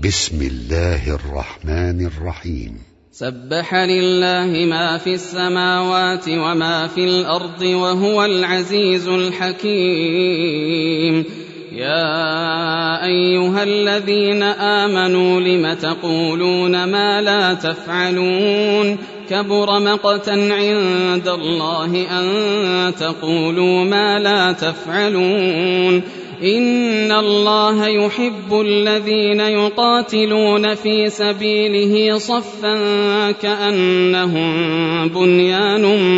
بسم الله الرحمن الرحيم. سبح لله ما في السماوات وما في الأرض وهو العزيز الحكيم. يا أيها الذين آمنوا لم تقولون ما لا تفعلون كبر مقتا عند الله أن تقولوا ما لا تفعلون إن الله يحب الذين يقاتلون في سبيله صفا كأنهم بنيان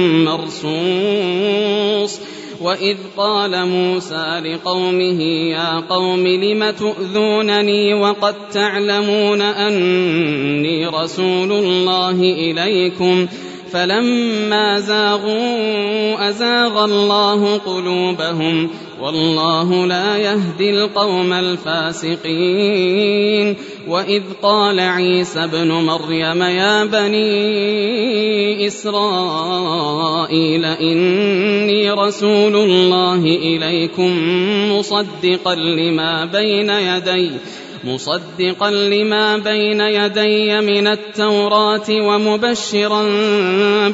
مرصوص. وإذ قال موسى لقومه يا قوم لم تؤذونني وقد تعلمون أني رسول الله إليكم فلما زاغوا أزاغ الله قلوبهم والله لا يهدي القوم الفاسقين. وإذ قال عيسى ابن مريم يا بني إسرائيل إني رسول الله إليكم مصدقا لما بين يدي من التوراة ومبشرا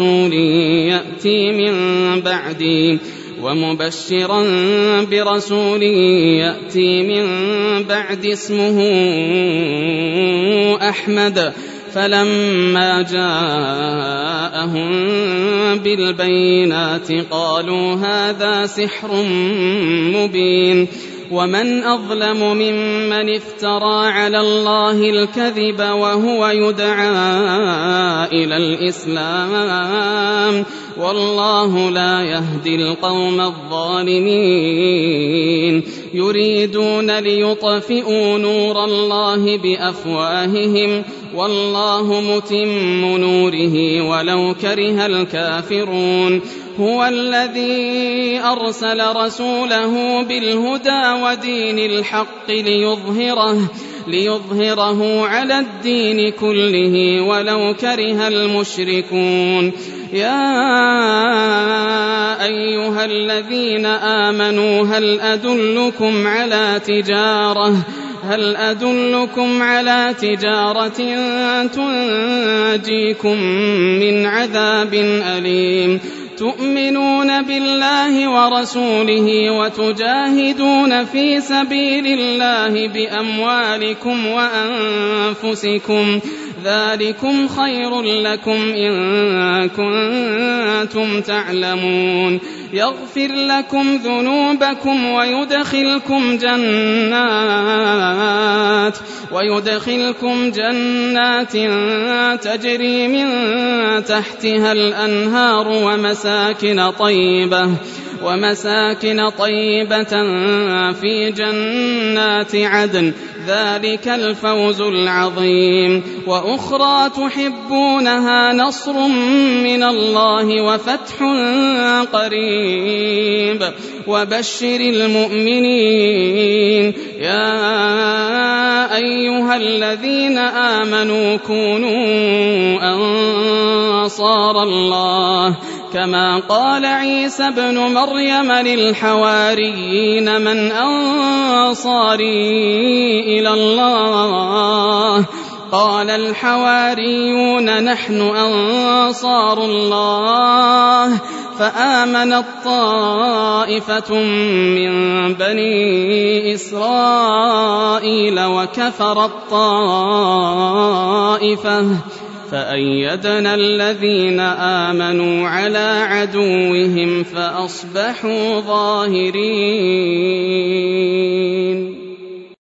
برسول يأتي من بعد اسمه أحمد. فلما جاءهم بالبينات قالوا هذا سحر مبين. ومن أظلم ممن افترى على الله الكذب وهو يدعى إلى الإسلام والله لا يهدي القوم الظالمين. يريدون ليطفئوا نور الله بأفواههم والله متم نوره ولو كره الكافرون. هو الذي أرسل رسوله بالهدى ودين الحق ليظهره على الدين كله ولو كره المشركون. يا أيها الذين آمنوا هل أدلكم على تجارة تنجيكم من عذاب أليم. تؤمنون بالله ورسوله وتجاهدون في سبيل الله بأموالكم وأنفسكم ذلكم خير لكم إن كنتم تعلمون. يغفر لكم ذنوبكم ويدخلكم جنات تجري من تحتها الأنهار ومساكن طيبة في جنات عدن ذلك الفوز العظيم. وأخرى تحبونها نصر من الله وفتح قريب وبشر المؤمنين. يا أيها الذين آمنوا كونوا أنصار الله كما قال عيسى ابن مريم للحواريين من أنصاري إلى الله قال الحواريون نحن أنصار الله. فآمنت طائفة من بني إسرائيل وكفرت طائفة فأيدنا الذين آمنوا على عدوهم فأصبحوا ظاهرين.